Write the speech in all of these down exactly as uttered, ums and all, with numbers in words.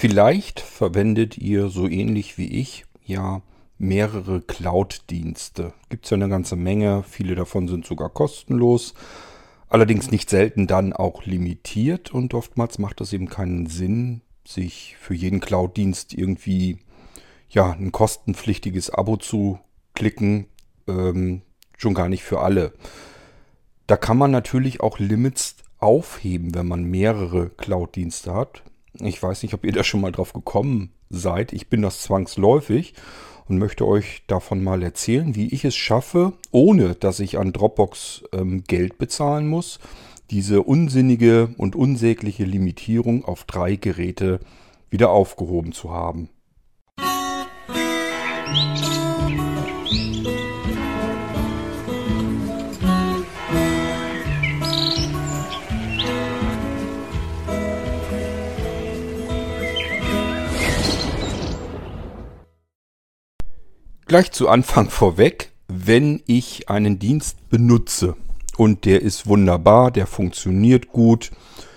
Vielleicht verwendet ihr so ähnlich wie ich ja mehrere Cloud-Dienste. Gibt es ja eine ganze Menge. Viele davon sind sogar kostenlos. Allerdings nicht selten dann auch limitiert. Und oftmals macht es eben keinen Sinn, sich für jeden Cloud-Dienst irgendwie ja ein kostenpflichtiges Abo zu klicken. Ähm, schon gar nicht für alle. Da kann man natürlich auch Limits aufheben, wenn man mehrere Cloud-Dienste hat. Ich weiß nicht, ob ihr da schon mal drauf gekommen seid. Ich bin das zwangsläufig und möchte euch davon mal erzählen, wie ich es schaffe, ohne dass ich an Dropbox ähm, Geld bezahlen muss, diese unsinnige und unsägliche Limitierung auf drei Geräte wieder aufgehoben zu haben. Gleich zu Anfang vorweg, wenn ich einen Dienst benutze und der ist wunderbar, der funktioniert gut,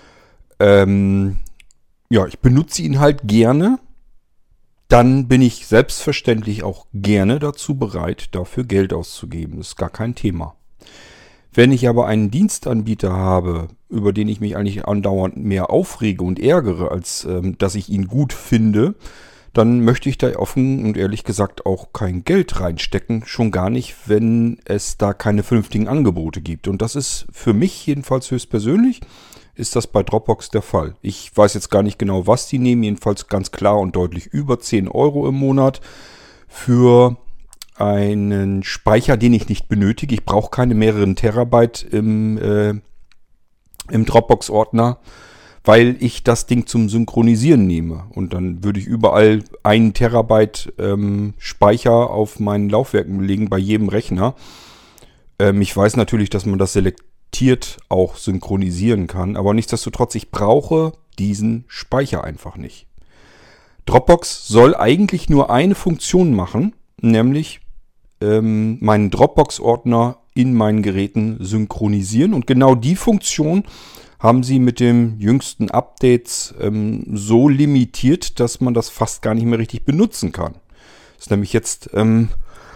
ähm, ja, ich benutze ihn halt gerne, dann bin ich selbstverständlich auch gerne dazu bereit, dafür Geld auszugeben. Das ist gar kein Thema. Wenn ich aber einen Dienstanbieter habe, über den ich mich eigentlich andauernd mehr aufrege und ärgere, als ähm, dass ich ihn gut finde, dann möchte ich da offen und ehrlich gesagt auch kein Geld reinstecken. Schon gar nicht, wenn es da keine vernünftigen Angebote gibt. Und das ist für mich jedenfalls höchstpersönlich, ist das bei Dropbox der Fall. Ich weiß jetzt gar nicht genau, was die nehmen. Jedenfalls ganz klar und deutlich über zehn Euro im Monat für einen Speicher, den ich nicht benötige. Ich brauche keine mehreren Terabyte im, äh, im Dropbox-Ordner, weil ich das Ding zum Synchronisieren nehme. Und dann würde ich überall einen Terabyte ähm, Speicher auf meinen Laufwerken legen, bei jedem Rechner. Ähm, ich weiß natürlich, dass man das selektiert auch synchronisieren kann, aber nichtsdestotrotz, ich brauche diesen Speicher einfach nicht. Dropbox soll eigentlich nur eine Funktion machen, nämlich ähm, meinen Dropbox-Ordner in meinen Geräten synchronisieren. Und genau die Funktion haben sie mit den jüngsten Updates ähm, so limitiert, dass man das fast gar nicht mehr richtig benutzen kann. Das ist nämlich jetzt ähm,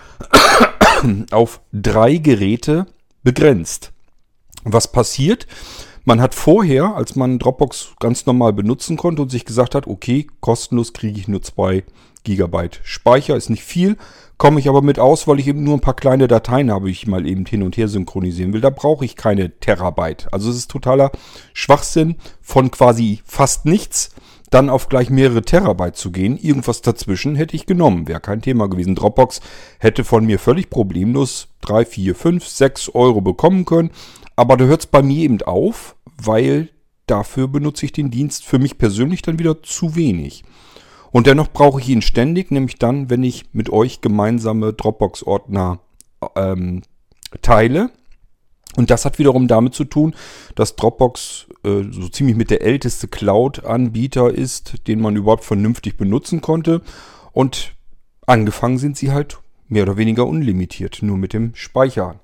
auf drei Geräte begrenzt. Was passiert? Man hat vorher, als man Dropbox ganz normal benutzen konnte und sich gesagt hat, okay, kostenlos kriege ich nur zwei Gigabyte Speicher, ist nicht viel, komme ich aber mit aus, weil ich eben nur ein paar kleine Dateien habe, die ich mal eben hin und her synchronisieren will. Da brauche ich keine Terabyte. Also es ist totaler Schwachsinn, von quasi fast nichts dann auf gleich mehrere Terabyte zu gehen. Irgendwas dazwischen hätte ich genommen, wäre kein Thema gewesen. Dropbox hätte von mir völlig problemlos drei, vier, fünf, sechs Euro bekommen können. Aber da hört es bei mir eben auf, weil dafür benutze ich den Dienst für mich persönlich dann wieder zu wenig. Und dennoch brauche ich ihn ständig, nämlich dann, wenn ich mit euch gemeinsame Dropbox-Ordner ähm, teile. Und das hat wiederum damit zu tun, dass Dropbox äh, so ziemlich mit der älteste Cloud-Anbieter ist, den man überhaupt vernünftig benutzen konnte. Und angefangen sind sie halt mehr oder weniger unlimitiert, nur mit dem Speicher.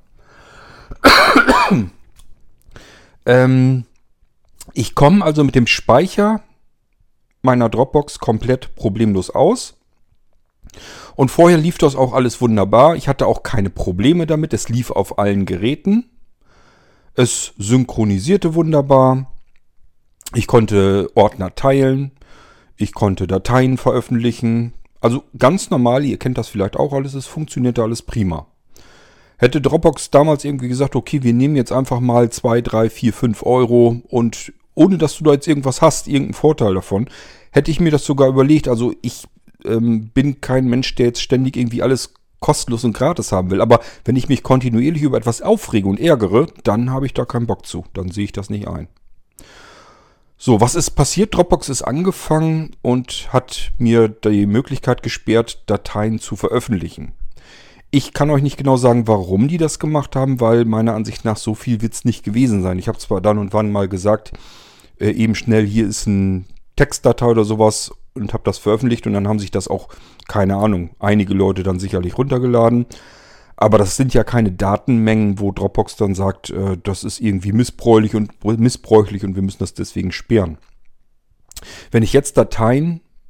ähm, ich komme also mit dem Speicher meiner Dropbox komplett problemlos aus. Und vorher lief das auch alles wunderbar. Ich hatte auch keine Probleme damit. Es lief auf allen Geräten. Es synchronisierte wunderbar. Ich konnte Ordner teilen. Ich konnte Dateien veröffentlichen. Also ganz normal, ihr kennt das vielleicht auch alles. Es funktionierte alles prima. Hätte Dropbox damals irgendwie gesagt, okay, wir nehmen jetzt einfach mal zwei, drei, vier, fünf Euro und ohne dass du da jetzt irgendwas hast, irgendeinen Vorteil davon, hätte ich mir das sogar überlegt. Also ich ähm, bin kein Mensch, der jetzt ständig irgendwie alles kostenlos und gratis haben will. Aber wenn ich mich kontinuierlich über etwas aufrege und ärgere, dann habe ich da keinen Bock zu. Dann sehe ich das nicht ein. So, was ist passiert? Dropbox ist angefangen und hat mir die Möglichkeit gesperrt, Dateien zu veröffentlichen. Ich kann euch nicht genau sagen, warum die das gemacht haben, weil meiner Ansicht nach so viel wird es nicht gewesen sein. Ich habe zwar dann und wann mal gesagt, äh, eben schnell, hier ist ein Textdatei oder sowas und habe das veröffentlicht und dann haben sich das auch, keine Ahnung, einige Leute dann sicherlich runtergeladen. Aber das sind ja keine Datenmengen, wo Dropbox dann sagt, äh, das ist irgendwie missbräuchlich und missbräuchlich und wir müssen das deswegen sperren. Wenn ich jetzt Dateien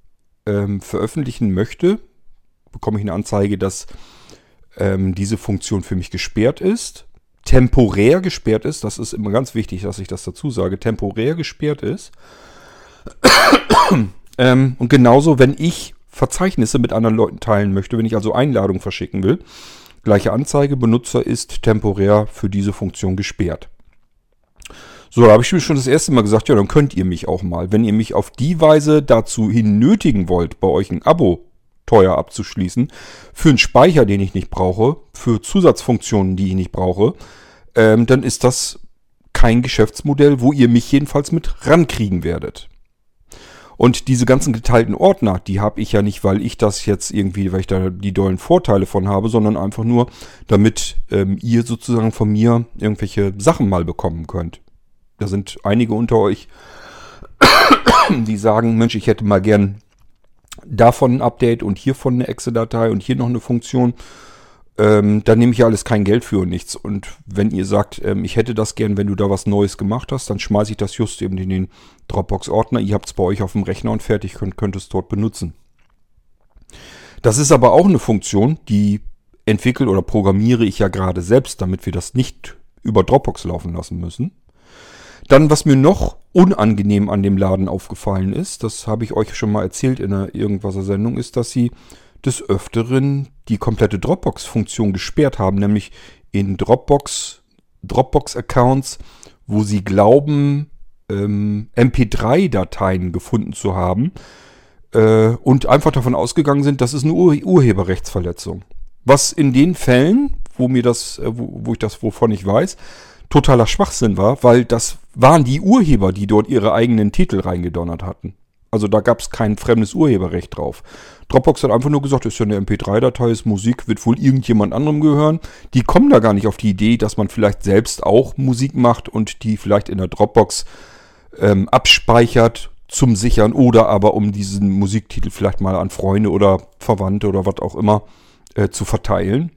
ähm, veröffentlichen möchte, bekomme ich eine Anzeige, dass ähm, diese Funktion für mich gesperrt ist. Temporär gesperrt ist, das ist immer ganz wichtig, dass ich das dazu sage, temporär gesperrt ist. ähm, und genauso, wenn ich Verzeichnisse mit anderen Leuten teilen möchte, wenn ich also Einladungen verschicken will, gleiche Anzeige, Benutzer ist temporär für diese Funktion gesperrt. So, da habe ich mir schon das erste Mal gesagt, ja, dann könnt ihr mich auch mal. Wenn ihr mich auf die Weise dazu hin nötigen wollt, bei euch ein Abo teuer abzuschließen, für einen Speicher, den ich nicht brauche, für Zusatzfunktionen, die ich nicht brauche, ähm, dann ist das kein Geschäftsmodell, wo ihr mich jedenfalls mit rankriegen werdet. Und diese ganzen geteilten Ordner, die habe ich ja nicht, weil ich das jetzt irgendwie, weil ich da die dollen Vorteile von habe, sondern einfach nur, damit ähm, ihr sozusagen von mir irgendwelche Sachen mal bekommen könnt. Da sind einige unter euch, die sagen, Mensch, ich hätte mal gern davon ein Update und hiervon eine Excel-Datei und hier noch eine Funktion. Ähm, da nehme ich ja alles kein Geld für und nichts. Und wenn ihr sagt, ähm, ich hätte das gern, wenn du da was Neues gemacht hast, dann schmeiße ich das just eben in den Dropbox-Ordner. Ihr habt es bei euch auf dem Rechner und fertig, könnt, könnt es dort benutzen. Das ist aber auch eine Funktion, die entwickle oder programmiere ich ja gerade selbst, damit wir das nicht über Dropbox laufen lassen müssen. Dann, was mir noch unangenehm an dem Laden aufgefallen ist, das habe ich euch schon mal erzählt in einer irgendwaser Sendung, ist, dass sie des Öfteren die komplette Dropbox-Funktion gesperrt haben, nämlich in Dropbox, Dropbox-Accounts, wo sie glauben, ähm, M P drei Dateien gefunden zu haben äh, und einfach davon ausgegangen sind, das ist eine Ur- Urheberrechtsverletzung. Was in den Fällen, wo mir das, äh, wo, wo ich das, wovon ich weiß, totaler Schwachsinn war, weil das waren die Urheber, die dort ihre eigenen Titel reingedonnert hatten. Also da gab es kein fremdes Urheberrecht drauf. Dropbox hat einfach nur gesagt, ist ja eine M P drei Datei, ist Musik, wird wohl irgendjemand anderem gehören. Die kommen da gar nicht auf die Idee, dass man vielleicht selbst auch Musik macht und die vielleicht in der Dropbox ähm, abspeichert zum Sichern oder aber um diesen Musiktitel vielleicht mal an Freunde oder Verwandte oder was auch immer äh, zu verteilen.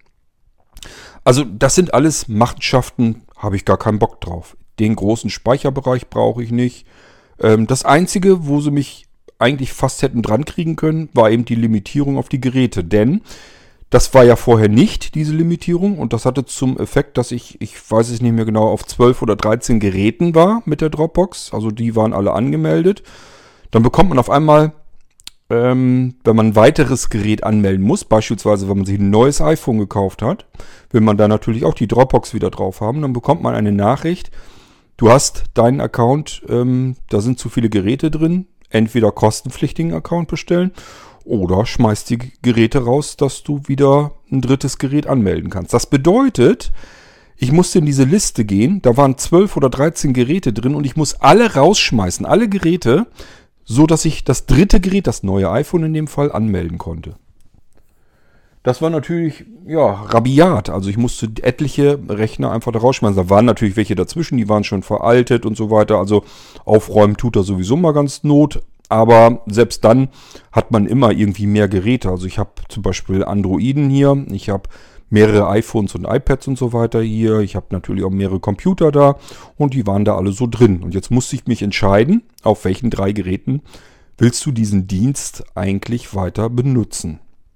Also das sind alles Machenschaften, habe ich gar keinen Bock drauf. Den großen Speicherbereich brauche ich nicht. Ähm, das Einzige, wo sie mich eigentlich fast hätten dran kriegen können, war eben die Limitierung auf die Geräte. Denn das war ja vorher nicht, diese Limitierung. Und das hatte zum Effekt, dass ich, ich weiß es nicht mehr genau, auf zwölf oder dreizehn Geräten war mit der Dropbox. Also die waren alle angemeldet. Dann bekommt man auf einmal, ähm, wenn man ein weiteres Gerät anmelden muss, beispielsweise wenn man sich ein neues iPhone gekauft hat, will man da natürlich auch die Dropbox wieder drauf haben, dann bekommt man eine Nachricht, du hast deinen Account, ähm, da sind zu viele Geräte drin, entweder kostenpflichtigen Account bestellen oder schmeißt die Geräte raus, dass du wieder ein drittes Gerät anmelden kannst. Das bedeutet, ich musste in diese Liste gehen, da waren zwölf oder dreizehn Geräte drin und ich muss alle rausschmeißen, alle Geräte, so dass ich das dritte Gerät, das neue iPhone in dem Fall, anmelden konnte. Das war natürlich, ja, rabiat. Also ich musste etliche Rechner einfach da rausschmeißen. Da waren natürlich welche dazwischen, die waren schon veraltet und so weiter. Also aufräumen tut er sowieso mal ganz Not. Aber selbst dann hat man immer irgendwie mehr Geräte. Also ich habe zum Beispiel Androiden hier. Ich habe mehrere iPhones und iPads und so weiter hier. Ich habe natürlich auch mehrere Computer da. Und die waren da alle so drin. Und jetzt musste ich mich entscheiden, auf welchen drei Geräten willst du diesen Dienst eigentlich weiter benutzen.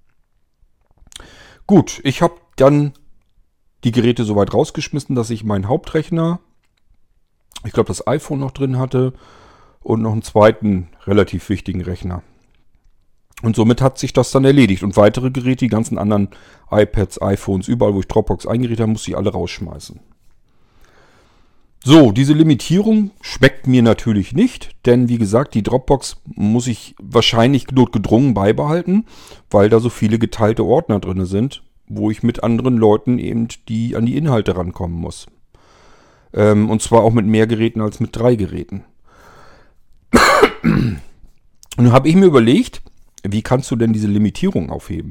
Gut, ich habe dann die Geräte soweit rausgeschmissen, dass ich meinen Hauptrechner, ich glaube das iPhone noch drin hatte und noch einen zweiten relativ wichtigen Rechner. Und somit hat sich das dann erledigt. Und weitere Geräte, die ganzen anderen iPads, iPhones, überall wo ich Dropbox eingerichtet habe, musste ich alle rausschmeißen. So, diese Limitierung schmeckt mir natürlich nicht, denn wie gesagt, die Dropbox muss ich wahrscheinlich notgedrungen beibehalten, weil da so viele geteilte Ordner drin sind, wo ich mit anderen Leuten eben die an die Inhalte rankommen muss. Ähm, und zwar auch mit mehr Geräten als mit drei Geräten. Und dann habe ich mir überlegt, wie kannst du denn diese Limitierung aufheben?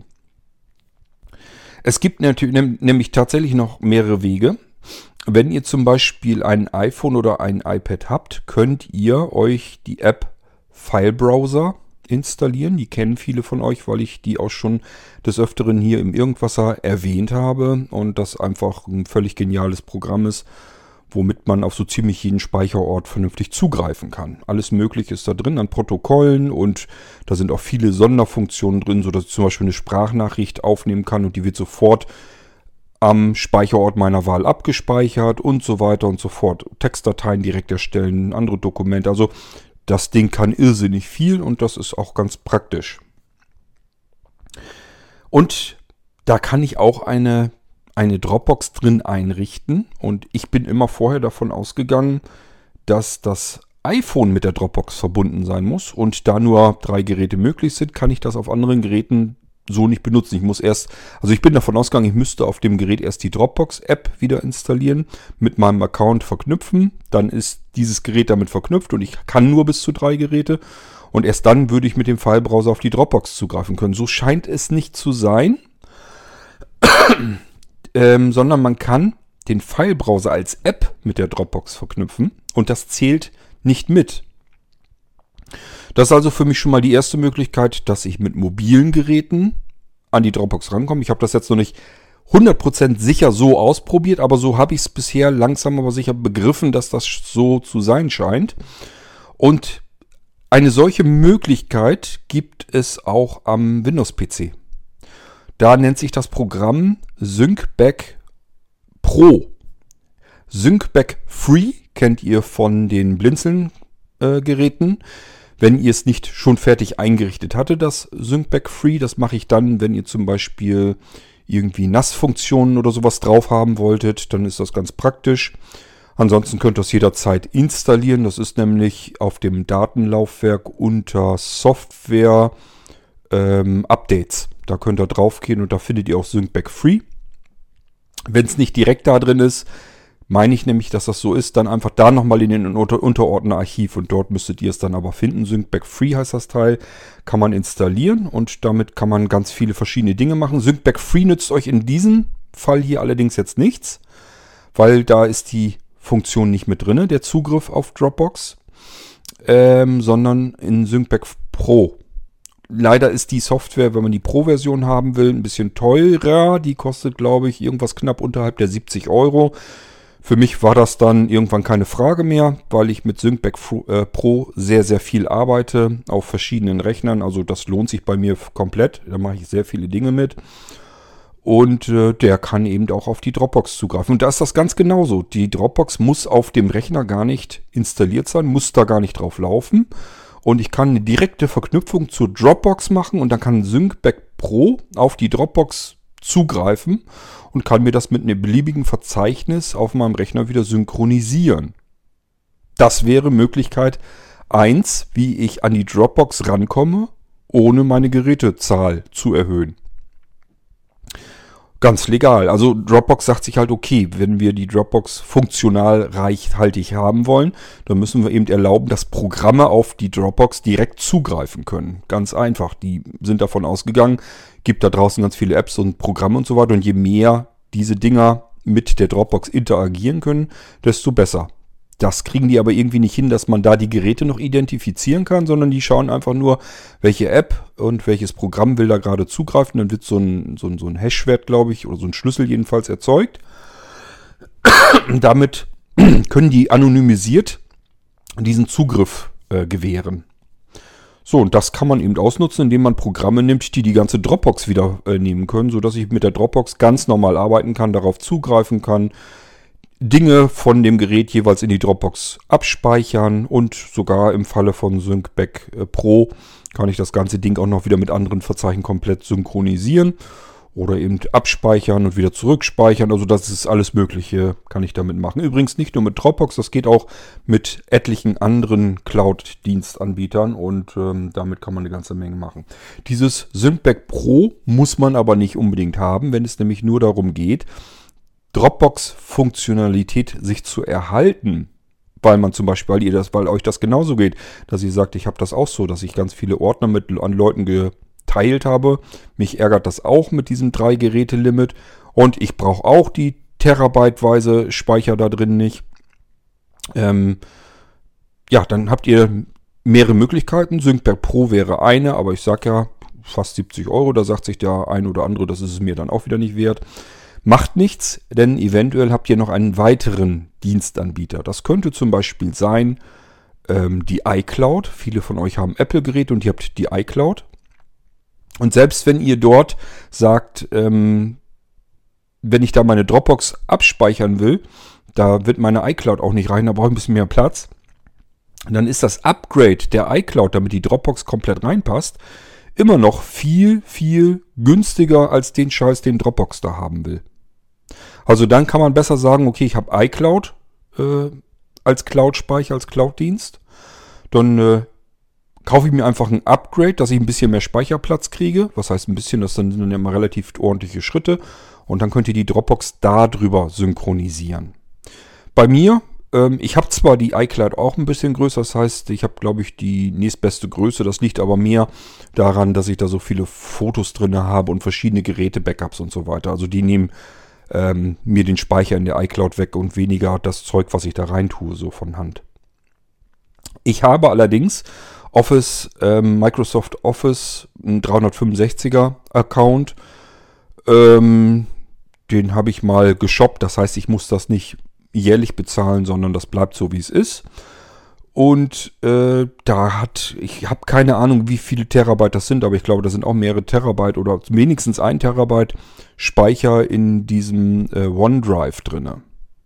Es gibt natürlich, nämlich tatsächlich noch mehrere Wege. Wenn ihr zum Beispiel ein iPhone oder ein iPad habt, könnt ihr euch die App File Browser installieren. Die kennen viele von euch, weil ich die auch schon des Öfteren hier im Irgendwasser erwähnt habe und das einfach ein völlig geniales Programm ist, womit man auf so ziemlich jeden Speicherort vernünftig zugreifen kann. Alles Mögliche ist da drin an Protokollen und da sind auch viele Sonderfunktionen drin, sodass ich zum Beispiel eine Sprachnachricht aufnehmen kann und die wird sofort am Speicherort meiner Wahl abgespeichert und so weiter und so fort. Textdateien direkt erstellen, andere Dokumente. Also das Ding kann irrsinnig viel und das ist auch ganz praktisch. Und da kann ich auch eine, eine Dropbox drin einrichten. Und ich bin immer vorher davon ausgegangen, dass das iPhone mit der Dropbox verbunden sein muss. Und da nur drei Geräte möglich sind, kann ich das auf anderen Geräten so nicht benutzen. Ich muss erst, also ich bin davon ausgegangen, ich müsste auf dem Gerät erst die Dropbox-App wieder installieren, mit meinem Account verknüpfen. Dann ist dieses Gerät damit verknüpft und ich kann nur bis zu drei Geräte. Und erst dann würde ich mit dem Filebrowser auf die Dropbox zugreifen können. So scheint es nicht zu sein, ähm, sondern man kann den Filebrowser als App mit der Dropbox verknüpfen und das zählt nicht mit. Das ist also für mich schon mal die erste Möglichkeit, dass ich mit mobilen Geräten an die Dropbox rankomme. Ich habe das jetzt noch nicht hundert Prozent sicher so ausprobiert, aber so habe ich es bisher langsam aber sicher begriffen, dass das so zu sein scheint. Und eine solche Möglichkeit gibt es auch am Windows-P C. Da nennt sich das Programm SyncBack Pro. SyncBack Free kennt ihr von den Blinzeln-Geräten. Äh, Wenn ihr es nicht schon fertig eingerichtet hatte, das SyncBack Free, das mache ich dann, wenn ihr zum Beispiel irgendwie N A S-Funktionen oder sowas drauf haben wolltet, dann ist das ganz praktisch. Ansonsten könnt ihr es jederzeit installieren. Das ist nämlich auf dem Datenlaufwerk unter Software ähm, Updates. Da könnt ihr drauf gehen und da findet ihr auch SyncBack Free. Wenn es nicht direkt da drin ist, meine ich nämlich, dass das so ist, dann einfach da nochmal in den Unter- Unterordner Archiv und dort müsstet ihr es dann aber finden. SyncBack Free heißt das Teil, kann man installieren und damit kann man ganz viele verschiedene Dinge machen. SyncBack Free nützt euch in diesem Fall hier allerdings jetzt nichts, weil da ist die Funktion nicht mit drin, der Zugriff auf Dropbox, ähm, sondern in SyncBack Pro. Leider ist die Software, wenn man die Pro-Version haben will, ein bisschen teurer. Die kostet, glaube ich, irgendwas knapp unterhalb der siebzig Euro. Für mich war das dann irgendwann keine Frage mehr, weil ich mit SyncBack Pro sehr, sehr viel arbeite auf verschiedenen Rechnern. Also das lohnt sich bei mir komplett. Da mache ich sehr viele Dinge mit. Und äh, der kann eben auch auf die Dropbox zugreifen. Und da ist das ganz genauso. Die Dropbox muss auf dem Rechner gar nicht installiert sein, muss da gar nicht drauf laufen. Und ich kann eine direkte Verknüpfung zur Dropbox machen und dann kann SyncBack Pro auf die Dropbox zugreifen und kann mir das mit einem beliebigen Verzeichnis auf meinem Rechner wieder synchronisieren. Das wäre Möglichkeit eins, wie ich an die Dropbox rankomme, ohne meine Gerätezahl zu erhöhen. Ganz legal. Also Dropbox sagt sich halt, okay, wenn wir die Dropbox funktional reichhaltig haben wollen, dann müssen wir eben erlauben, dass Programme auf die Dropbox direkt zugreifen können. Ganz einfach. Die sind davon ausgegangen, gibt da draußen ganz viele Apps und Programme und so weiter. Und je mehr diese Dinger mit der Dropbox interagieren können, desto besser. Das kriegen die aber irgendwie nicht hin, dass man da die Geräte noch identifizieren kann, sondern die schauen einfach nur, welche App und welches Programm will da gerade zugreifen. Dann wird so ein, so ein, so ein Hashwert, glaube ich, oder so ein Schlüssel jedenfalls erzeugt. Damit können die anonymisiert diesen Zugriff äh, gewähren. So, und das kann man eben ausnutzen, indem man Programme nimmt, die die ganze Dropbox wieder äh, nehmen können, sodass ich mit der Dropbox ganz normal arbeiten kann, darauf zugreifen kann, Dinge von dem Gerät jeweils in die Dropbox abspeichern und sogar im Falle von SyncBack Pro kann ich das ganze Ding auch noch wieder mit anderen Verzeichnissen komplett synchronisieren oder eben abspeichern und wieder zurückspeichern. Also das ist alles Mögliche, kann ich damit machen. Übrigens nicht nur mit Dropbox, das geht auch mit etlichen anderen Cloud-Dienstanbietern und ähm, damit kann man eine ganze Menge machen. Dieses SyncBack Pro muss man aber nicht unbedingt haben, wenn es nämlich nur darum geht, Dropbox-Funktionalität sich zu erhalten, weil man zum Beispiel, weil ihr das, weil euch das genauso geht, dass ihr sagt, ich habe das auch so, dass ich ganz viele Ordner mit an Leuten geteilt habe. Mich ärgert das auch mit diesem drei Geräte Limit und ich brauche auch die terabyteweise Speicher da drin nicht. Ähm, ja, dann habt ihr mehrere Möglichkeiten. SyncBack Pro wäre eine, aber ich sage ja fast siebzig Euro. Da sagt sich der ein oder andere, das ist es mir dann auch wieder nicht wert. Macht nichts, denn eventuell habt ihr noch einen weiteren Dienstanbieter. Das könnte zum Beispiel sein ähm, die iCloud. Viele von euch haben Apple-Geräte und ihr habt die iCloud. Und selbst wenn ihr dort sagt, ähm, wenn ich da meine Dropbox abspeichern will, da wird meine iCloud auch nicht rein, da brauche ich ein bisschen mehr Platz. Dann ist das Upgrade der iCloud, damit die Dropbox komplett reinpasst, immer noch viel, viel günstiger als den Scheiß, den Dropbox da haben will. Also dann kann man besser sagen, okay, ich habe iCloud äh, als Cloud-Speicher, als Cloud-Dienst. Dann äh, kaufe ich mir einfach ein Upgrade, dass ich ein bisschen mehr Speicherplatz kriege. Was heißt ein bisschen? Das sind dann immer relativ ordentliche Schritte. Und dann könnt ihr die Dropbox darüber synchronisieren. Bei mir, ähm, ich habe zwar die iCloud auch ein bisschen größer, das heißt, ich habe, glaube ich, die nächstbeste Größe. Das liegt aber mehr daran, dass ich da so viele Fotos drin habe und verschiedene Geräte, Backups und so weiter. Also die nehmen ähm, mir den Speicher in der iCloud weg und weniger das Zeug, was ich da rein tue, so von Hand. Ich habe allerdings Office, ähm, Microsoft Office, einen dreihundertfünfundsechziger Account. Ähm, den habe ich mal geshoppt. Das heißt, ich muss das nicht jährlich bezahlen, sondern das bleibt so, wie es ist. Und äh, da hat, ich habe keine Ahnung, wie viele Terabyte das sind, aber ich glaube, da sind auch mehrere Terabyte oder wenigstens ein Terabyte Speicher in diesem äh, OneDrive drinne.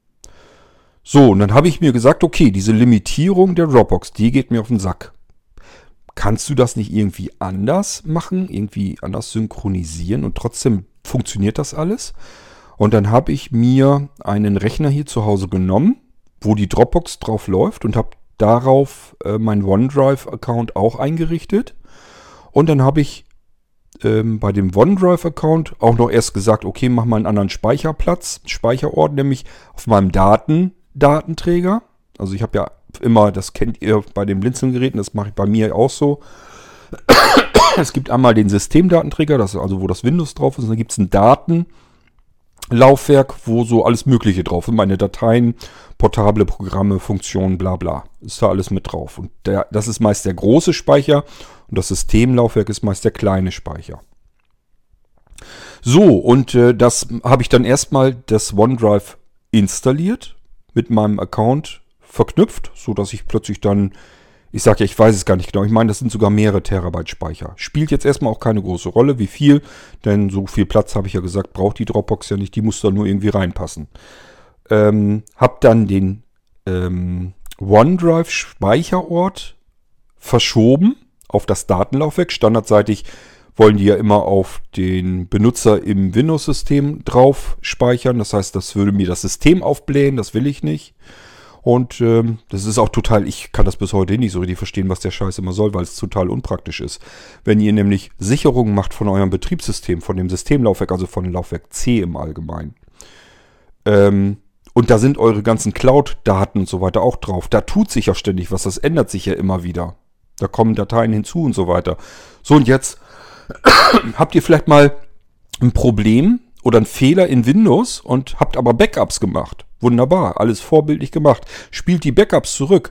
So, und dann habe ich mir gesagt, okay, diese Limitierung der Dropbox, die geht mir auf den Sack. Kannst du das nicht irgendwie anders machen, irgendwie anders synchronisieren und trotzdem funktioniert das alles? Und dann habe ich mir einen Rechner hier zu Hause genommen, wo die Dropbox drauf läuft und habe darauf äh, meinen OneDrive-Account auch eingerichtet. Und dann habe ich ähm, bei dem OneDrive-Account auch noch erst gesagt, okay, mach mal einen anderen Speicherplatz, Speicherort, nämlich auf meinem Daten, Datenträger. Also ich habe ja immer, das kennt ihr bei den Blinzeln-Geräten, das mache ich bei mir auch so. Es gibt einmal den Systemdatenträger, das ist also wo das Windows drauf ist, und dann gibt es ein Datenlaufwerk, wo so alles Mögliche drauf ist. Meine Dateien, portable Programme, Funktionen, bla bla. Ist da alles mit drauf. Und der, das ist meist der große Speicher und das Systemlaufwerk ist meist der kleine Speicher. So, und äh, das habe ich dann erstmal das OneDrive installiert, mit meinem Account verknüpft, so dass ich plötzlich dann, ich sage ja, ich weiß es gar nicht genau, ich meine, das sind sogar mehrere Terabyte Speicher. Spielt jetzt erstmal auch keine große Rolle, wie viel, denn so viel Platz, habe ich ja gesagt, braucht die Dropbox ja nicht, die muss da nur irgendwie reinpassen. Ähm, hab dann den ähm, OneDrive-Speicherort verschoben auf das Datenlaufwerk. Standardseitig wollen die ja immer auf den Benutzer im Windows-System drauf speichern. Das heißt, das würde mir das System aufblähen, das will ich nicht. Und ähm, das ist auch total, ich kann das bis heute nicht so richtig verstehen, was der Scheiß immer soll, weil es total unpraktisch ist. Wenn ihr nämlich Sicherungen macht von eurem Betriebssystem, von dem Systemlaufwerk, also von Laufwerk C im Allgemeinen, ähm, und da sind eure ganzen Cloud-Daten und so weiter auch drauf, da tut sich ja ständig was, das ändert sich ja immer wieder. Da kommen Dateien hinzu und so weiter. So, und jetzt habt ihr vielleicht mal ein Problem oder einen Fehler in Windows und habt aber Backups gemacht. Wunderbar, alles vorbildlich gemacht. Spielt die Backups zurück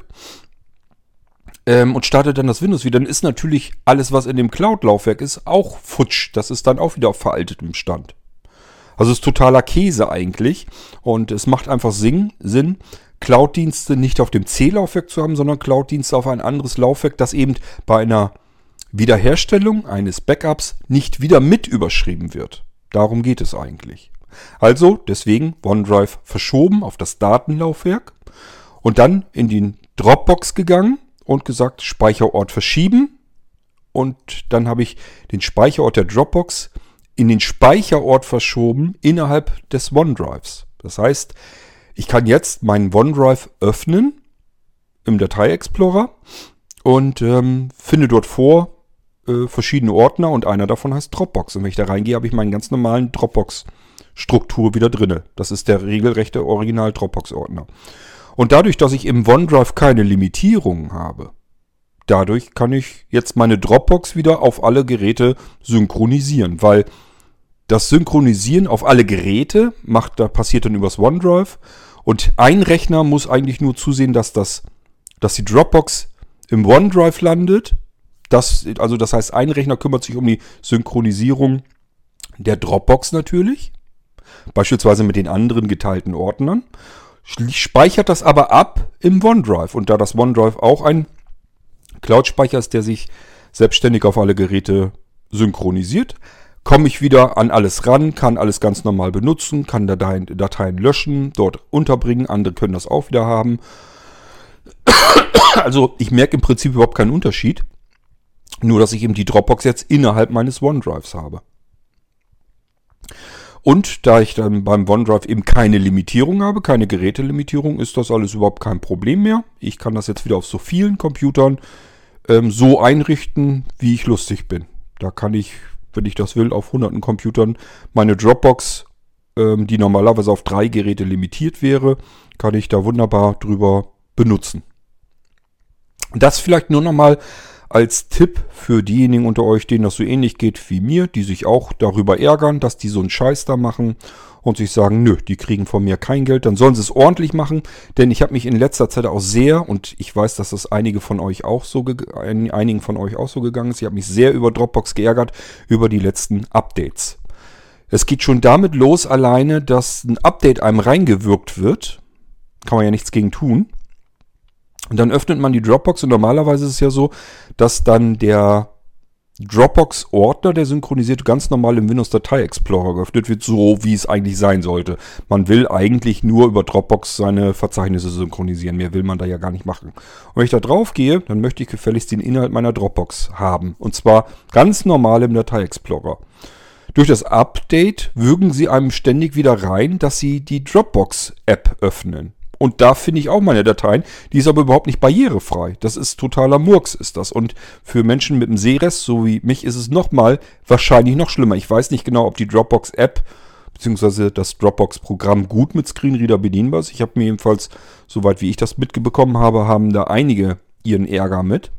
ähm, und startet dann das Windows wieder. Dann ist natürlich alles, was in dem Cloud-Laufwerk ist, auch futsch. Das ist dann auch wieder auf veraltetem Stand. Also es ist totaler Käse eigentlich. Und es macht einfach Sinn, Sinn Cloud-Dienste nicht auf dem C-Laufwerk zu haben, sondern Cloud-Dienste auf ein anderes Laufwerk, das eben bei einer Wiederherstellung eines Backups nicht wieder mit überschrieben wird. Darum geht es eigentlich. Also deswegen OneDrive verschoben auf das Datenlaufwerk und dann in die Dropbox gegangen und gesagt Speicherort verschieben. Und dann habe ich den Speicherort der Dropbox in den Speicherort verschoben innerhalb des OneDrives. Das heißt, ich kann jetzt meinen OneDrive öffnen im Datei-Explorer und ähm, finde dort vor äh, verschiedene Ordner und einer davon heißt Dropbox. Und wenn ich da reingehe, habe ich meinen ganz normalen Dropbox-Struktur wieder drinne. Das ist der regelrechte Original-Dropbox-Ordner. Und dadurch, dass ich im OneDrive keine Limitierungen habe, dadurch kann ich jetzt meine Dropbox wieder auf alle Geräte synchronisieren, weil das Synchronisieren auf alle Geräte macht, da passiert dann übers OneDrive und ein Rechner muss eigentlich nur zusehen, dass das, dass die Dropbox im OneDrive landet. Das, also das heißt, ein Rechner kümmert sich um die Synchronisierung der Dropbox natürlich. Beispielsweise mit den anderen geteilten Ordnern. Speichert das aber ab im OneDrive. Und da das OneDrive auch ein Cloud-Speicher ist, der sich selbstständig auf alle Geräte synchronisiert, komme ich wieder an alles ran, kann alles ganz normal benutzen, kann Dateien, Dateien löschen, dort unterbringen. Andere können das auch wieder haben. Also ich merke im Prinzip überhaupt keinen Unterschied. Nur, dass ich eben die Dropbox jetzt innerhalb meines OneDrives habe. Und da ich dann beim OneDrive eben keine Limitierung habe, keine Gerätelimitierung, ist das alles überhaupt kein Problem mehr. Ich kann das jetzt wieder auf so vielen Computern ähm, so einrichten, wie ich lustig bin. Da kann ich, wenn ich das will, auf hunderten Computern meine Dropbox, ähm, die normalerweise auf drei Geräte limitiert wäre, kann ich da wunderbar drüber benutzen. Das vielleicht nur nochmal als Tipp für diejenigen unter euch, denen das so ähnlich geht wie mir, die sich auch darüber ärgern, dass die so einen Scheiß da machen und sich sagen, nö, die kriegen von mir kein Geld, dann sollen sie es ordentlich machen, denn ich habe mich in letzter Zeit auch sehr, und ich weiß, dass das einige von euch auch so einigen von euch auch so gegangen ist, ich habe mich sehr über Dropbox geärgert, über die letzten Updates. Es geht schon damit los alleine, dass ein Update einem reingewirkt wird, kann man ja nichts gegen tun. Und dann öffnet man die Dropbox und normalerweise ist es ja so, dass dann der Dropbox-Ordner, der synchronisiert, ganz normal im Windows-Datei-Explorer geöffnet wird, so wie es eigentlich sein sollte. Man will eigentlich nur über Dropbox seine Verzeichnisse synchronisieren. Mehr will man da ja gar nicht machen. Und wenn ich da drauf gehe, dann möchte ich gefälligst den Inhalt meiner Dropbox haben. Und zwar ganz normal im Datei-Explorer. Durch das Update würgen sie einem ständig wieder rein, dass sie die Dropbox-App öffnen. Und da finde ich auch meine Dateien, die ist aber überhaupt nicht barrierefrei. Das ist totaler Murks, ist das. Und für Menschen mit einem Sehrest, so wie mich, ist es nochmal wahrscheinlich noch schlimmer. Ich weiß nicht genau, ob die Dropbox-App bzw. das Dropbox-Programm gut mit Screenreader bedienbar ist. Ich habe mir jedenfalls, soweit wie ich das mitbekommen habe, haben da einige ihren Ärger mit.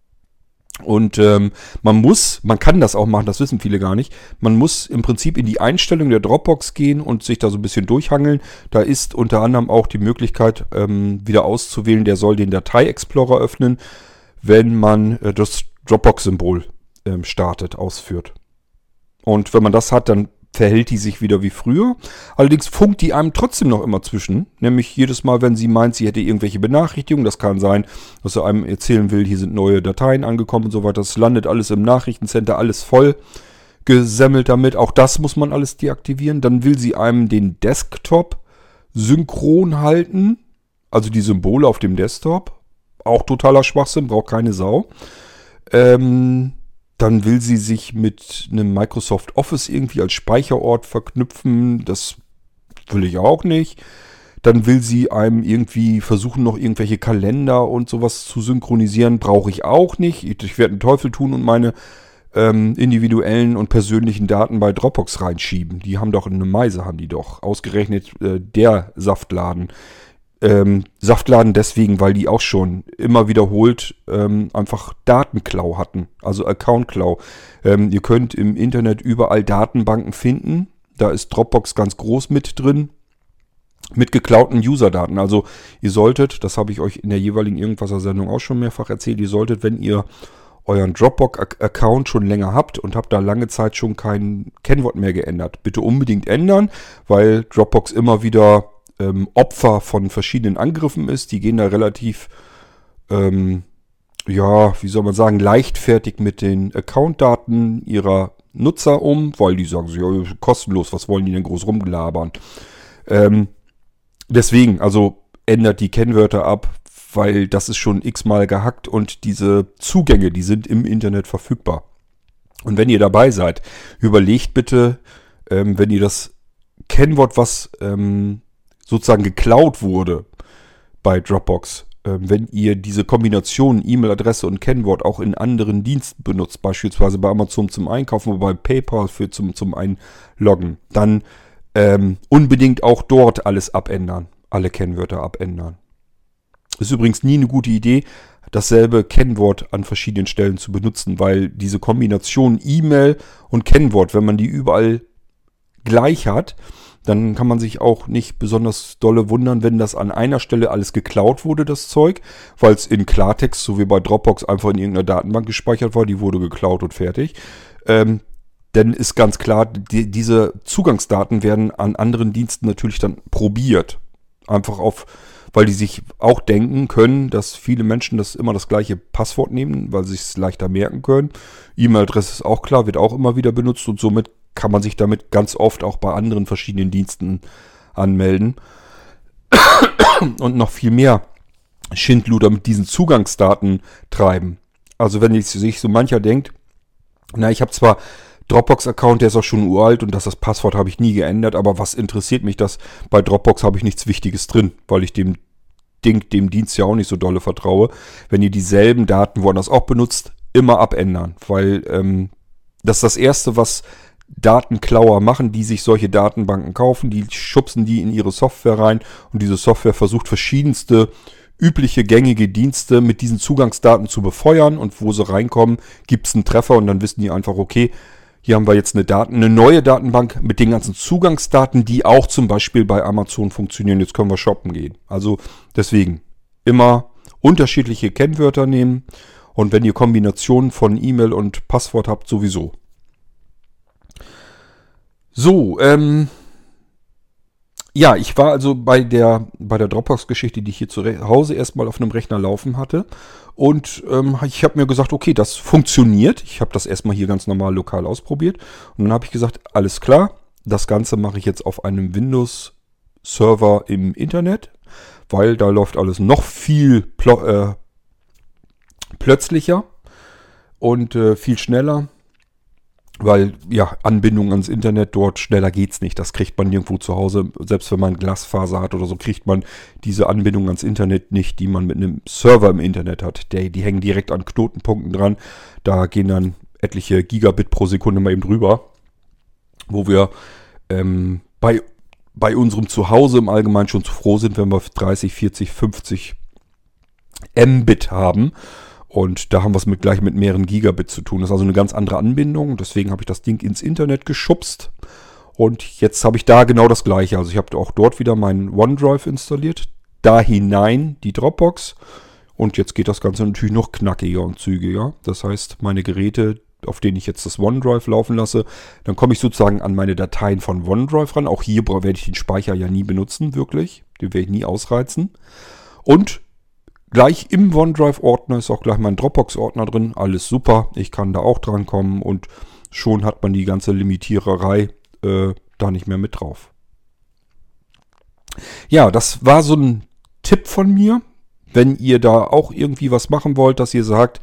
Und ähm, man muss, man kann das auch machen, das wissen viele gar nicht. Man muss im Prinzip in die Einstellung der Dropbox gehen und sich da so ein bisschen durchhangeln. Da ist unter anderem auch die Möglichkeit, ähm, wieder auszuwählen, der soll den Datei-Explorer öffnen, wenn man äh, das Dropbox-Symbol ähm, startet, ausführt. Und wenn man das hat, dann verhält die sich wieder wie früher. Allerdings funkt die einem trotzdem noch immer zwischen. Nämlich jedes Mal, wenn sie meint, sie hätte irgendwelche Benachrichtigungen. Das kann sein, dass sie einem erzählen will, hier sind neue Dateien angekommen und so weiter. Das landet alles im Nachrichtencenter, alles voll gesemmelt damit. Auch das muss man alles deaktivieren. Dann will sie einem den Desktop synchron halten. Also die Symbole auf dem Desktop. Auch totaler Schwachsinn, braucht keine Sau. Ähm... Dann will sie sich mit einem Microsoft Office irgendwie als Speicherort verknüpfen. Das will ich auch nicht. Dann will sie einem irgendwie versuchen, noch irgendwelche Kalender und sowas zu synchronisieren. Brauche ich auch nicht. Ich werde einen Teufel tun und meine ähm, individuellen und persönlichen Daten bei Dropbox reinschieben. Die haben doch eine Meise, haben die doch. Ausgerechnet äh, der Saftladen. Ähm, Saftladen deswegen, weil die auch schon immer wiederholt ähm, einfach Datenklau hatten, also Accountklau. Ähm, ihr könnt im Internet überall Datenbanken finden, da ist Dropbox ganz groß mit drin, mit geklauten Userdaten. Also ihr solltet, das habe ich euch in der jeweiligen Irgendwasser-Sendung auch schon mehrfach erzählt, ihr solltet, wenn ihr euren Dropbox-Account schon länger habt und habt da lange Zeit schon kein Kennwort mehr geändert, bitte unbedingt ändern, weil Dropbox immer wieder Opfer von verschiedenen Angriffen ist. Die gehen da relativ, ähm, ja, wie soll man sagen, leichtfertig mit den Accountdaten ihrer Nutzer um, weil die sagen, ja, kostenlos, was wollen die denn groß rumgelabern? Ähm, deswegen, also ändert die Kennwörter ab, weil das ist schon x-mal gehackt und diese Zugänge, die sind im Internet verfügbar. Und wenn ihr dabei seid, überlegt bitte, ähm, wenn ihr das Kennwort, was ähm, sozusagen geklaut wurde bei Dropbox, äh, wenn ihr diese Kombination E-Mail-Adresse und Kennwort auch in anderen Diensten benutzt, beispielsweise bei Amazon zum Einkaufen oder bei PayPal für zum, zum Einloggen, dann ähm, unbedingt auch dort alles abändern, alle Kennwörter abändern. Ist übrigens nie eine gute Idee, dasselbe Kennwort an verschiedenen Stellen zu benutzen, weil diese Kombination E-Mail und Kennwort, wenn man die überall gleich hat, dann kann man sich auch nicht besonders dolle wundern, wenn das an einer Stelle alles geklaut wurde, das Zeug, weil es in Klartext, so wie bei Dropbox, einfach in irgendeiner Datenbank gespeichert war, die wurde geklaut und fertig. Ähm, Denn ist ganz klar, die, diese Zugangsdaten werden an anderen Diensten natürlich dann probiert. Einfach auf, weil die sich auch denken können, dass viele Menschen das immer das gleiche Passwort nehmen, weil sie es leichter merken können. E-Mail-Adresse ist auch klar, wird auch immer wieder benutzt und somit kann man sich damit ganz oft auch bei anderen verschiedenen Diensten anmelden. Und noch viel mehr Schindluder mit diesen Zugangsdaten treiben. Also wenn sich so mancher denkt, na, ich habe zwar Dropbox-Account, der ist auch schon uralt und das, das Passwort habe ich nie geändert, aber was interessiert mich das? Bei Dropbox habe ich nichts Wichtiges drin, weil ich dem Ding, dem Dienst ja auch nicht so dolle vertraue. Wenn ihr dieselben Daten woanders auch benutzt, immer abändern, weil ähm, das ist das Erste, was Datenklauer machen, die sich solche Datenbanken kaufen, die schubsen die in ihre Software rein und diese Software versucht verschiedenste übliche, gängige Dienste mit diesen Zugangsdaten zu befeuern und wo sie reinkommen, gibt es einen Treffer und dann wissen die einfach, okay, hier haben wir jetzt eine Daten, eine neue Datenbank mit den ganzen Zugangsdaten, die auch zum Beispiel bei Amazon funktionieren. Jetzt können wir shoppen gehen. Also deswegen immer unterschiedliche Kennwörter nehmen und wenn ihr Kombinationen von E-Mail und Passwort habt, sowieso. So, ähm, ja, ich war also bei der bei der Dropbox-Geschichte, die ich hier zu Hause erstmal auf einem Rechner laufen hatte. Und ähm, ich habe mir gesagt, okay, das funktioniert. Ich habe das erstmal hier ganz normal lokal ausprobiert. Und dann habe ich gesagt, alles klar, das Ganze mache ich jetzt auf einem Windows-Server im Internet, weil da läuft alles noch viel pl- äh, plötzlicher und äh, viel schneller. Weil, ja, Anbindung ans Internet dort, schneller geht's nicht. Das kriegt man nirgendwo zu Hause. Selbst wenn man Glasfaser hat oder so, kriegt man diese Anbindung ans Internet nicht, die man mit einem Server im Internet hat. Die, die hängen direkt an Knotenpunkten dran. Da gehen dann etliche Gigabit pro Sekunde mal eben drüber. Wo wir ähm, bei, bei unserem Zuhause im Allgemeinen schon zu froh sind, wenn wir dreißig, vierzig, fünfzig Mbit haben. Und da haben wir es mit, gleich mit mehreren Gigabit zu tun. Das ist also eine ganz andere Anbindung. Deswegen habe ich das Ding ins Internet geschubst. Und jetzt habe ich da genau das Gleiche. Also ich habe auch dort wieder meinen OneDrive installiert. Da hinein die Dropbox. Und jetzt geht das Ganze natürlich noch knackiger und zügiger. Das heißt, meine Geräte, auf denen ich jetzt das OneDrive laufen lasse, dann komme ich sozusagen an meine Dateien von OneDrive ran. Auch hier werde ich den Speicher ja nie benutzen, wirklich. Den werde ich nie ausreizen. Und gleich im OneDrive-Ordner ist auch gleich mein Dropbox-Ordner drin. Alles super. Ich kann da auch dran kommen und schon hat man die ganze Limitiererei äh, da nicht mehr mit drauf. Ja, das war so ein Tipp von mir. Wenn ihr da auch irgendwie was machen wollt, dass ihr sagt,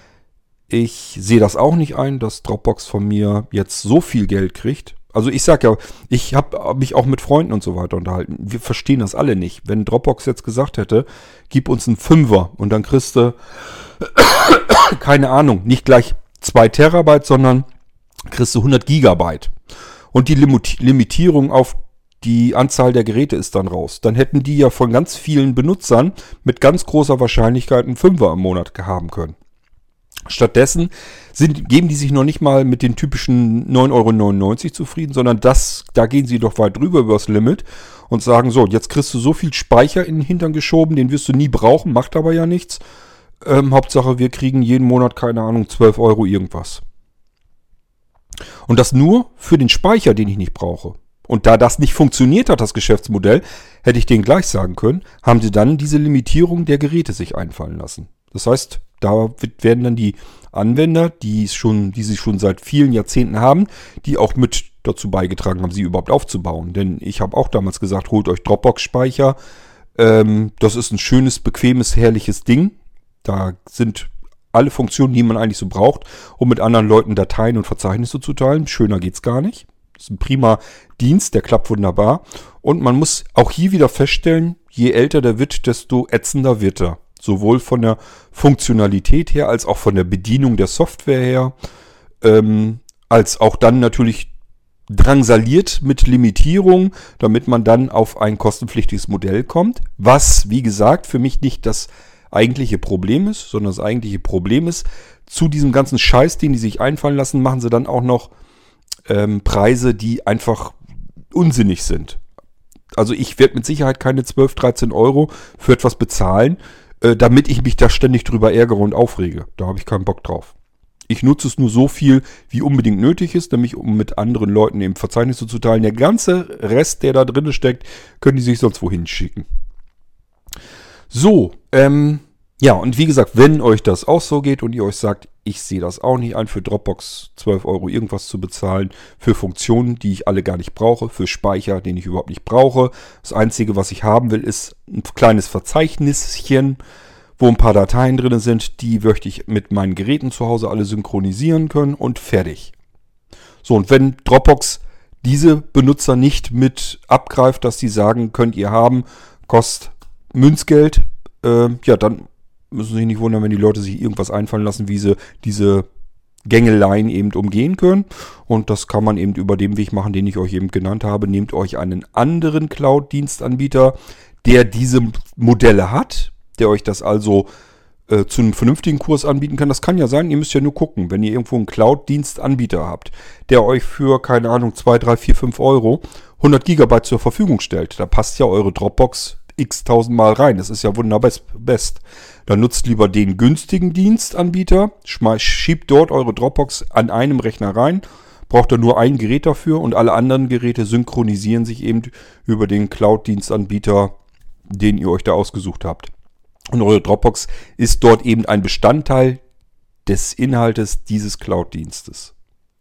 ich sehe das auch nicht ein, dass Dropbox von mir jetzt so viel Geld kriegt. Also ich sag ja, ich habe mich auch mit Freunden und so weiter unterhalten. Wir verstehen das alle nicht. Wenn Dropbox jetzt gesagt hätte, gib uns einen Fünfer und dann kriegst du, keine Ahnung, nicht gleich zwei Terabyte, sondern kriegst du hundert Gigabyte. Und die Limit- Limitierung auf die Anzahl der Geräte ist dann raus. Dann hätten die ja von ganz vielen Benutzern mit ganz großer Wahrscheinlichkeit einen Fünfer im Monat haben können. Stattdessen sind, geben die sich noch nicht mal mit den typischen neun Euro neunundneunzig zufrieden, sondern das, da gehen sie doch weit drüber übers Limit und sagen so, jetzt kriegst du so viel Speicher in den Hintern geschoben, den wirst du nie brauchen, macht aber ja nichts. Ähm, Hauptsache, wir kriegen jeden Monat, keine Ahnung, zwölf Euro irgendwas. Und das nur für den Speicher, den ich nicht brauche. Und da das nicht funktioniert hat, das Geschäftsmodell, hätte ich denen gleich sagen können, haben sie dann diese Limitierung der Geräte sich einfallen lassen. Das heißt, da werden dann die Anwender, die es schon, die sie schon seit vielen Jahrzehnten haben, die auch mit dazu beigetragen haben, sie überhaupt aufzubauen. Denn ich habe auch damals gesagt, holt euch Dropbox-Speicher. Ähm, das ist ein schönes, bequemes, herrliches Ding. Da sind alle Funktionen, die man eigentlich so braucht, um mit anderen Leuten Dateien und Verzeichnisse zu teilen. Schöner geht's gar nicht. Das ist ein prima Dienst, der klappt wunderbar. Und man muss auch hier wieder feststellen, je älter der wird, desto ätzender wird er. Sowohl von der Funktionalität her, als auch von der Bedienung der Software her, ähm, als auch dann natürlich drangsaliert mit Limitierung, damit man dann auf ein kostenpflichtiges Modell kommt. Was, wie gesagt, für mich nicht das eigentliche Problem ist, sondern das eigentliche Problem ist, zu diesem ganzen Scheiß, den die sich einfallen lassen, machen sie dann auch noch ähm, Preise, die einfach unsinnig sind. Also ich werde mit Sicherheit keine zwölf, dreizehn Euro für etwas bezahlen, damit ich mich da ständig drüber ärgere und aufrege. Da habe ich keinen Bock drauf. Ich nutze es nur so viel, wie unbedingt nötig ist, nämlich um mit anderen Leuten eben Verzeichnisse zu teilen. Der ganze Rest, der da drin steckt, können die sich sonst wohin schicken. So, ähm, ja, und wie gesagt, wenn euch das auch so geht und ihr euch sagt, ich sehe das auch nicht ein, für Dropbox zwölf Euro irgendwas zu bezahlen, für Funktionen, die ich alle gar nicht brauche, für Speicher, den ich überhaupt nicht brauche. Das Einzige, was ich haben will, ist ein kleines Verzeichnischen, wo ein paar Dateien drin sind, die möchte ich mit meinen Geräten zu Hause alle synchronisieren können und fertig. So, und wenn Dropbox diese Benutzer nicht mit abgreift, dass die sagen, könnt ihr haben, kostet Münzgeld, äh, ja, dann müssen Sie sich nicht wundern, wenn die Leute sich irgendwas einfallen lassen, wie sie diese Gängeleien eben umgehen können. Und das kann man eben über den Weg machen, den ich euch eben genannt habe. Nehmt euch einen anderen Cloud-Dienstanbieter, der diese Modelle hat, der euch das also äh, zu einem vernünftigen Kurs anbieten kann. Das kann ja sein, ihr müsst ja nur gucken, wenn ihr irgendwo einen Cloud-Dienstanbieter habt, der euch für, keine Ahnung, zwei, drei, vier, fünf Euro hundert Gigabyte zur Verfügung stellt. Da passt ja eure Dropbox x tausendmal rein. Das ist ja wunderbar best. Dann nutzt lieber den günstigen Dienstanbieter, schiebt dort eure Dropbox an einem Rechner rein, braucht dann nur ein Gerät dafür und alle anderen Geräte synchronisieren sich eben über den Cloud-Dienstanbieter, den ihr euch da ausgesucht habt. Und eure Dropbox ist dort eben ein Bestandteil des Inhaltes dieses Cloud-Dienstes.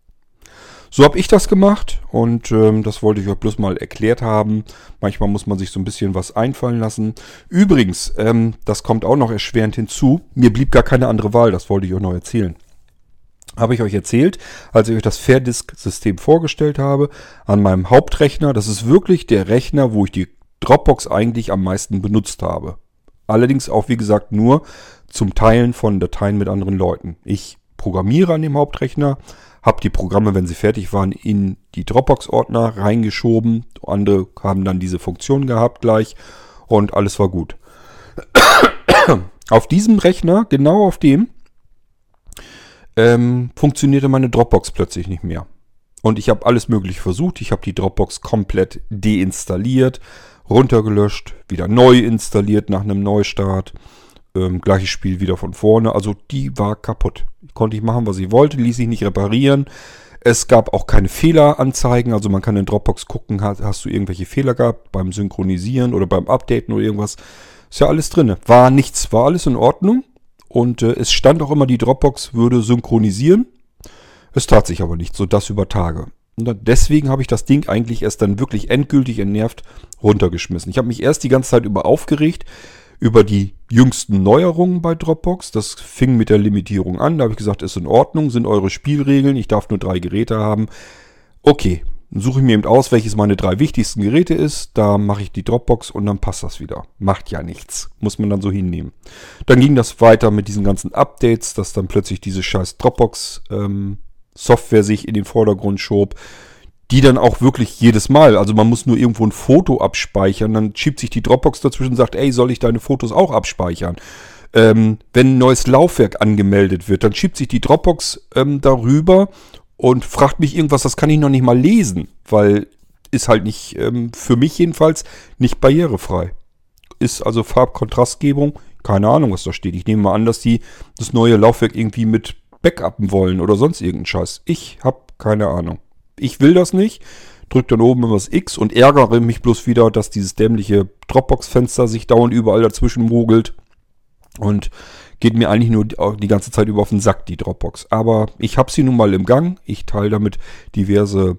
So habe ich das gemacht und ähm, das wollte ich euch bloß mal erklärt haben. Manchmal muss man sich so ein bisschen was einfallen lassen. Übrigens, ähm, das kommt auch noch erschwerend hinzu, mir blieb gar keine andere Wahl, das wollte ich euch noch erzählen. Habe ich euch erzählt, als ich euch das Fairdisk-System vorgestellt habe, an meinem Hauptrechner. Das ist wirklich der Rechner, wo ich die Dropbox eigentlich am meisten benutzt habe. Allerdings auch, wie gesagt, nur zum Teilen von Dateien mit anderen Leuten. Ich programmiere an dem Hauptrechner, habe die Programme, wenn sie fertig waren, in die Dropbox-Ordner reingeschoben. Andere haben dann diese Funktion gehabt gleich und alles war gut. Auf diesem Rechner, genau auf dem, ähm, funktionierte meine Dropbox plötzlich nicht mehr. Und ich habe alles Mögliche versucht. Ich habe die Dropbox komplett deinstalliert, runtergelöscht, wieder neu installiert nach einem Neustart. Ähm, gleiches Spiel wieder von vorne. Also die war kaputt. Konnte ich machen, was ich wollte, ließ sich nicht reparieren. Es gab auch keine Fehleranzeigen. Also man kann in Dropbox gucken, hast, hast du irgendwelche Fehler gehabt beim Synchronisieren oder beim Updaten oder irgendwas. Ist ja alles drin. War nichts, war alles in Ordnung. Und äh, es stand auch immer, die Dropbox würde synchronisieren. Es tat sich aber nicht, so das über Tage. Und dann, deswegen habe ich das Ding eigentlich erst dann wirklich endgültig entnervt runtergeschmissen. Ich habe mich erst die ganze Zeit über aufgeregt, über die jüngsten Neuerungen bei Dropbox. Das fing mit der Limitierung an. Da habe ich gesagt, ist in Ordnung, sind eure Spielregeln. Ich darf nur drei Geräte haben. Okay, dann suche ich mir eben aus, welches meine drei wichtigsten Geräte ist. Da mache ich die Dropbox und dann passt das wieder. Macht ja nichts. Muss man dann so hinnehmen. Dann ging das weiter mit diesen ganzen Updates, dass dann plötzlich diese scheiß Dropbox ähm, Software sich in den Vordergrund schob. Die dann auch wirklich jedes Mal, also man muss nur irgendwo ein Foto abspeichern, dann schiebt sich die Dropbox dazwischen und sagt, ey, soll ich deine Fotos auch abspeichern? Ähm, wenn ein neues Laufwerk angemeldet wird, dann schiebt sich die Dropbox ähm, darüber und fragt mich irgendwas, das kann ich noch nicht mal lesen, weil ist halt nicht, ähm, für mich jedenfalls, nicht barrierefrei. Ist also Farbkontrastgebung, keine Ahnung, was da steht. Ich nehme mal an, dass die das neue Laufwerk irgendwie mit backuppen wollen oder sonst irgendeinen Scheiß. Ich habe keine Ahnung. Ich will das nicht, drücke dann oben immer das X und ärgere mich bloß wieder, dass dieses dämliche Dropbox-Fenster sich dauernd überall dazwischen mogelt und geht mir eigentlich nur die ganze Zeit über auf den Sack, die Dropbox. Aber ich habe sie nun mal im Gang, ich teile damit diverse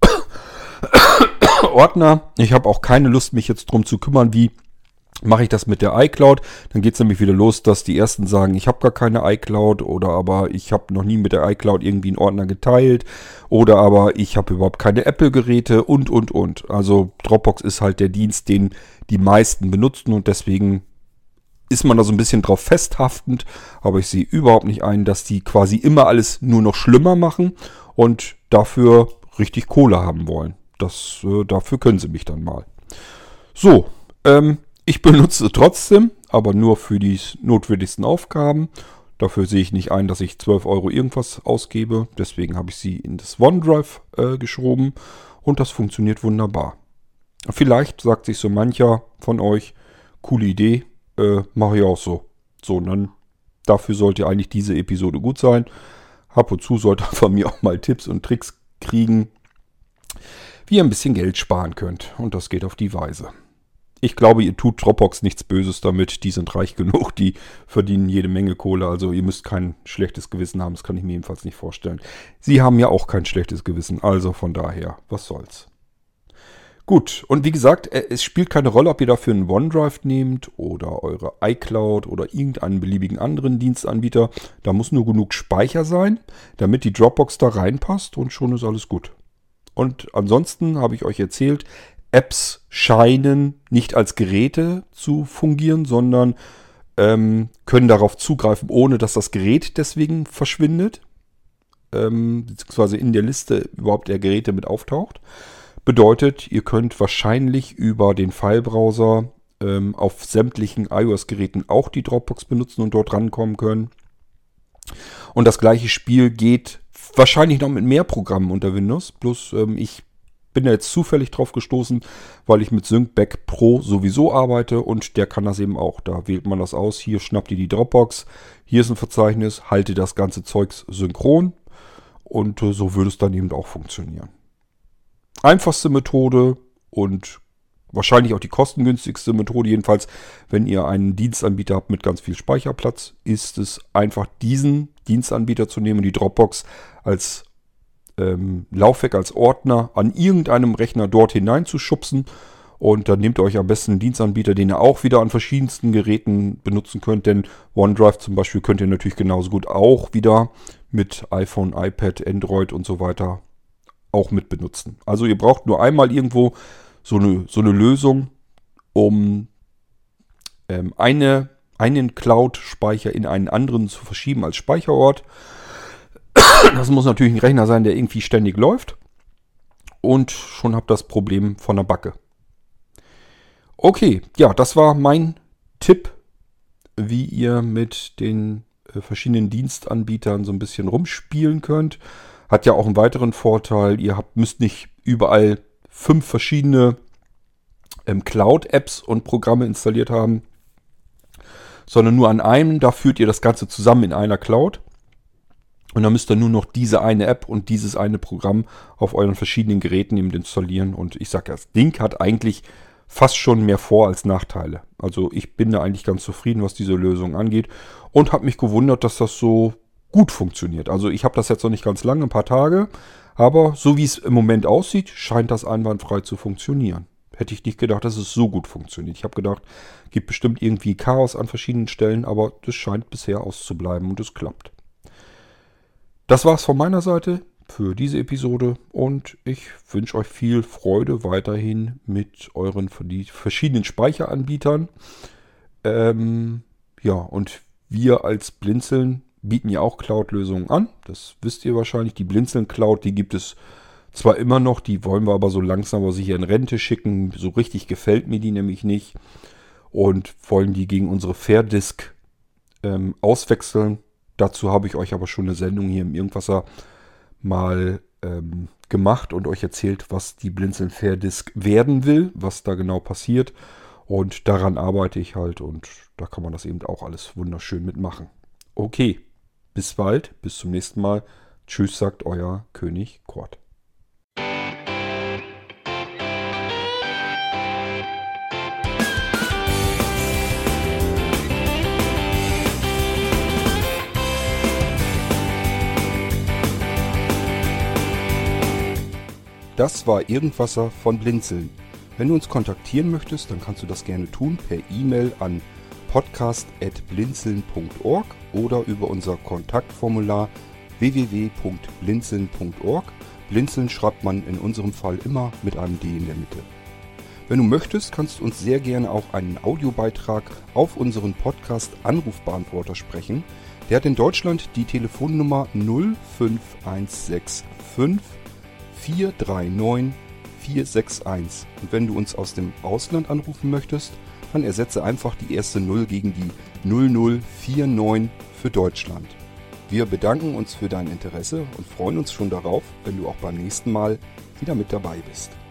Ordner. Ich habe auch keine Lust, mich jetzt drum zu kümmern, wie mache ich das mit der iCloud. Dann geht es nämlich wieder los, dass die ersten sagen, ich habe gar keine iCloud oder aber ich habe noch nie mit der iCloud irgendwie einen Ordner geteilt oder aber ich habe überhaupt keine Apple-Geräte und, und, und. Also Dropbox ist halt der Dienst, den die meisten benutzen und deswegen ist man da so ein bisschen drauf festhaftend, aber ich sehe überhaupt nicht ein, dass die quasi immer alles nur noch schlimmer machen und dafür richtig Kohle haben wollen. Das, äh, dafür können sie mich dann mal. So, ähm, ich benutze trotzdem, aber nur für die notwendigsten Aufgaben. Dafür sehe ich nicht ein, dass ich zwölf Euro irgendwas ausgebe. Deswegen habe ich sie in das OneDrive äh, geschoben und das funktioniert wunderbar. Vielleicht sagt sich so mancher von euch, coole Idee, äh, mache ich auch so. So, und dann dafür sollte eigentlich diese Episode gut sein. ab und zu sollt ihr von mir auch mal Tipps und Tricks kriegen, wie ihr ein bisschen Geld sparen könnt. Und das geht auf die Weise. Ich glaube, ihr tut Dropbox nichts Böses damit. Die sind reich genug, die verdienen jede Menge Kohle. Also ihr müsst kein schlechtes Gewissen haben, das kann ich mir jedenfalls nicht vorstellen. Sie haben ja auch kein schlechtes Gewissen, also von daher, was soll's. Gut, und wie gesagt, es spielt keine Rolle, ob ihr dafür einen OneDrive nehmt oder eure iCloud oder irgendeinen beliebigen anderen Dienstanbieter. Da muss nur genug Speicher sein, damit die Dropbox da reinpasst und schon ist alles gut. Und ansonsten habe ich euch erzählt, Apps scheinen nicht als Geräte zu fungieren, sondern ähm, können darauf zugreifen, ohne dass das Gerät deswegen verschwindet, ähm, beziehungsweise in der Liste überhaupt der Geräte mit auftaucht. Bedeutet, ihr könnt wahrscheinlich über den Filebrowser ähm, auf sämtlichen iOS-Geräten auch die Dropbox benutzen und dort rankommen können. Und das gleiche Spiel geht wahrscheinlich noch mit mehr Programmen unter Windows. Bloß ähm, ich bin da jetzt zufällig drauf gestoßen, weil ich mit SyncBack Pro sowieso arbeite und der kann das eben auch. Da wählt man das aus, hier schnappt ihr die Dropbox, hier ist ein Verzeichnis, halte das ganze Zeugs synchron und äh, so würde es dann eben auch funktionieren. Einfachste Methode und wahrscheinlich auch die kostengünstigste Methode, jedenfalls wenn ihr einen Dienstanbieter habt mit ganz viel Speicherplatz, ist es einfach diesen Dienstanbieter zu nehmen und die Dropbox als ähm, Laufwerk, als Ordner an irgendeinem Rechner dort hineinzuschubsen. Und dann nehmt ihr euch am besten einen Dienstanbieter, den ihr auch wieder an verschiedensten Geräten benutzen könnt. Denn OneDrive zum Beispiel könnt ihr natürlich genauso gut auch wieder mit iPhone, iPad, Android und so weiter auch mit benutzen. Also ihr braucht nur einmal irgendwo so eine, so eine Lösung, um ähm, eine, einen Cloud-Speicher in einen anderen zu verschieben als Speicherort. Das muss natürlich ein Rechner sein, der irgendwie ständig läuft. Und schon habt ihr das Problem von der Backe. Okay, ja, das war mein Tipp, wie ihr mit den äh, verschiedenen Dienstanbietern so ein bisschen rumspielen könnt. Hat ja auch einen weiteren Vorteil, ihr habt, müsst nicht überall fünf verschiedene ähm, Cloud-Apps und Programme installiert haben, sondern nur an einem, da führt ihr das Ganze zusammen in einer Cloud. Und dann müsst ihr nur noch diese eine App und dieses eine Programm auf euren verschiedenen Geräten eben installieren. Und ich sage ja, das Ding hat eigentlich fast schon mehr Vor- als Nachteile. Also ich bin da eigentlich ganz zufrieden, was diese Lösung angeht. Und habe mich gewundert, dass das so gut funktioniert. Also ich habe das jetzt noch nicht ganz lange, ein paar Tage. Aber so wie es im Moment aussieht, scheint das einwandfrei zu funktionieren. Hätte ich nicht gedacht, dass es so gut funktioniert. Ich habe gedacht, es gibt bestimmt irgendwie Chaos an verschiedenen Stellen. Aber das scheint bisher auszubleiben und es klappt. Das war's von meiner Seite für diese Episode und ich wünsche euch viel Freude weiterhin mit euren verschiedenen Speicheranbietern. Ähm, ja, und wir als Blinzeln bieten ja auch Cloud-Lösungen an. Das wisst ihr wahrscheinlich. Die Blinzeln Cloud, die gibt es zwar immer noch, die wollen wir aber so langsam aber sicher in Rente schicken. So richtig gefällt mir die nämlich nicht und wollen die gegen unsere Fairdisk ähm, auswechseln. Dazu habe ich euch aber schon eine Sendung hier im Irgendwasser mal ähm, gemacht und euch erzählt, was die Blinzeln Fairdisk werden will, was da genau passiert. Und daran arbeite ich halt und da kann man das eben auch alles wunderschön mitmachen. Okay, bis bald, bis zum nächsten Mal. Tschüss, sagt euer König Kurt. Das war Irgendwasser von Blinzeln. Wenn du uns kontaktieren möchtest, dann kannst du das gerne tun per E-Mail an podcast at blinzeln punkt org oder über unser Kontaktformular w w w punkt blinzeln punkt org. Blinzeln schreibt man in unserem Fall immer mit einem D in der Mitte. Wenn du möchtest, kannst du uns sehr gerne auch einen Audiobeitrag auf unseren Podcast-Anrufbeantworter sprechen. Der hat in Deutschland die Telefonnummer null fünf eins sechs fünf vier drei neun vier sechs eins. Und wenn du uns aus dem Ausland anrufen möchtest, dann ersetze einfach die erste null gegen die null null vier neun für Deutschland. Wir bedanken uns für dein Interesse und freuen uns schon darauf, wenn du auch beim nächsten Mal wieder mit dabei bist.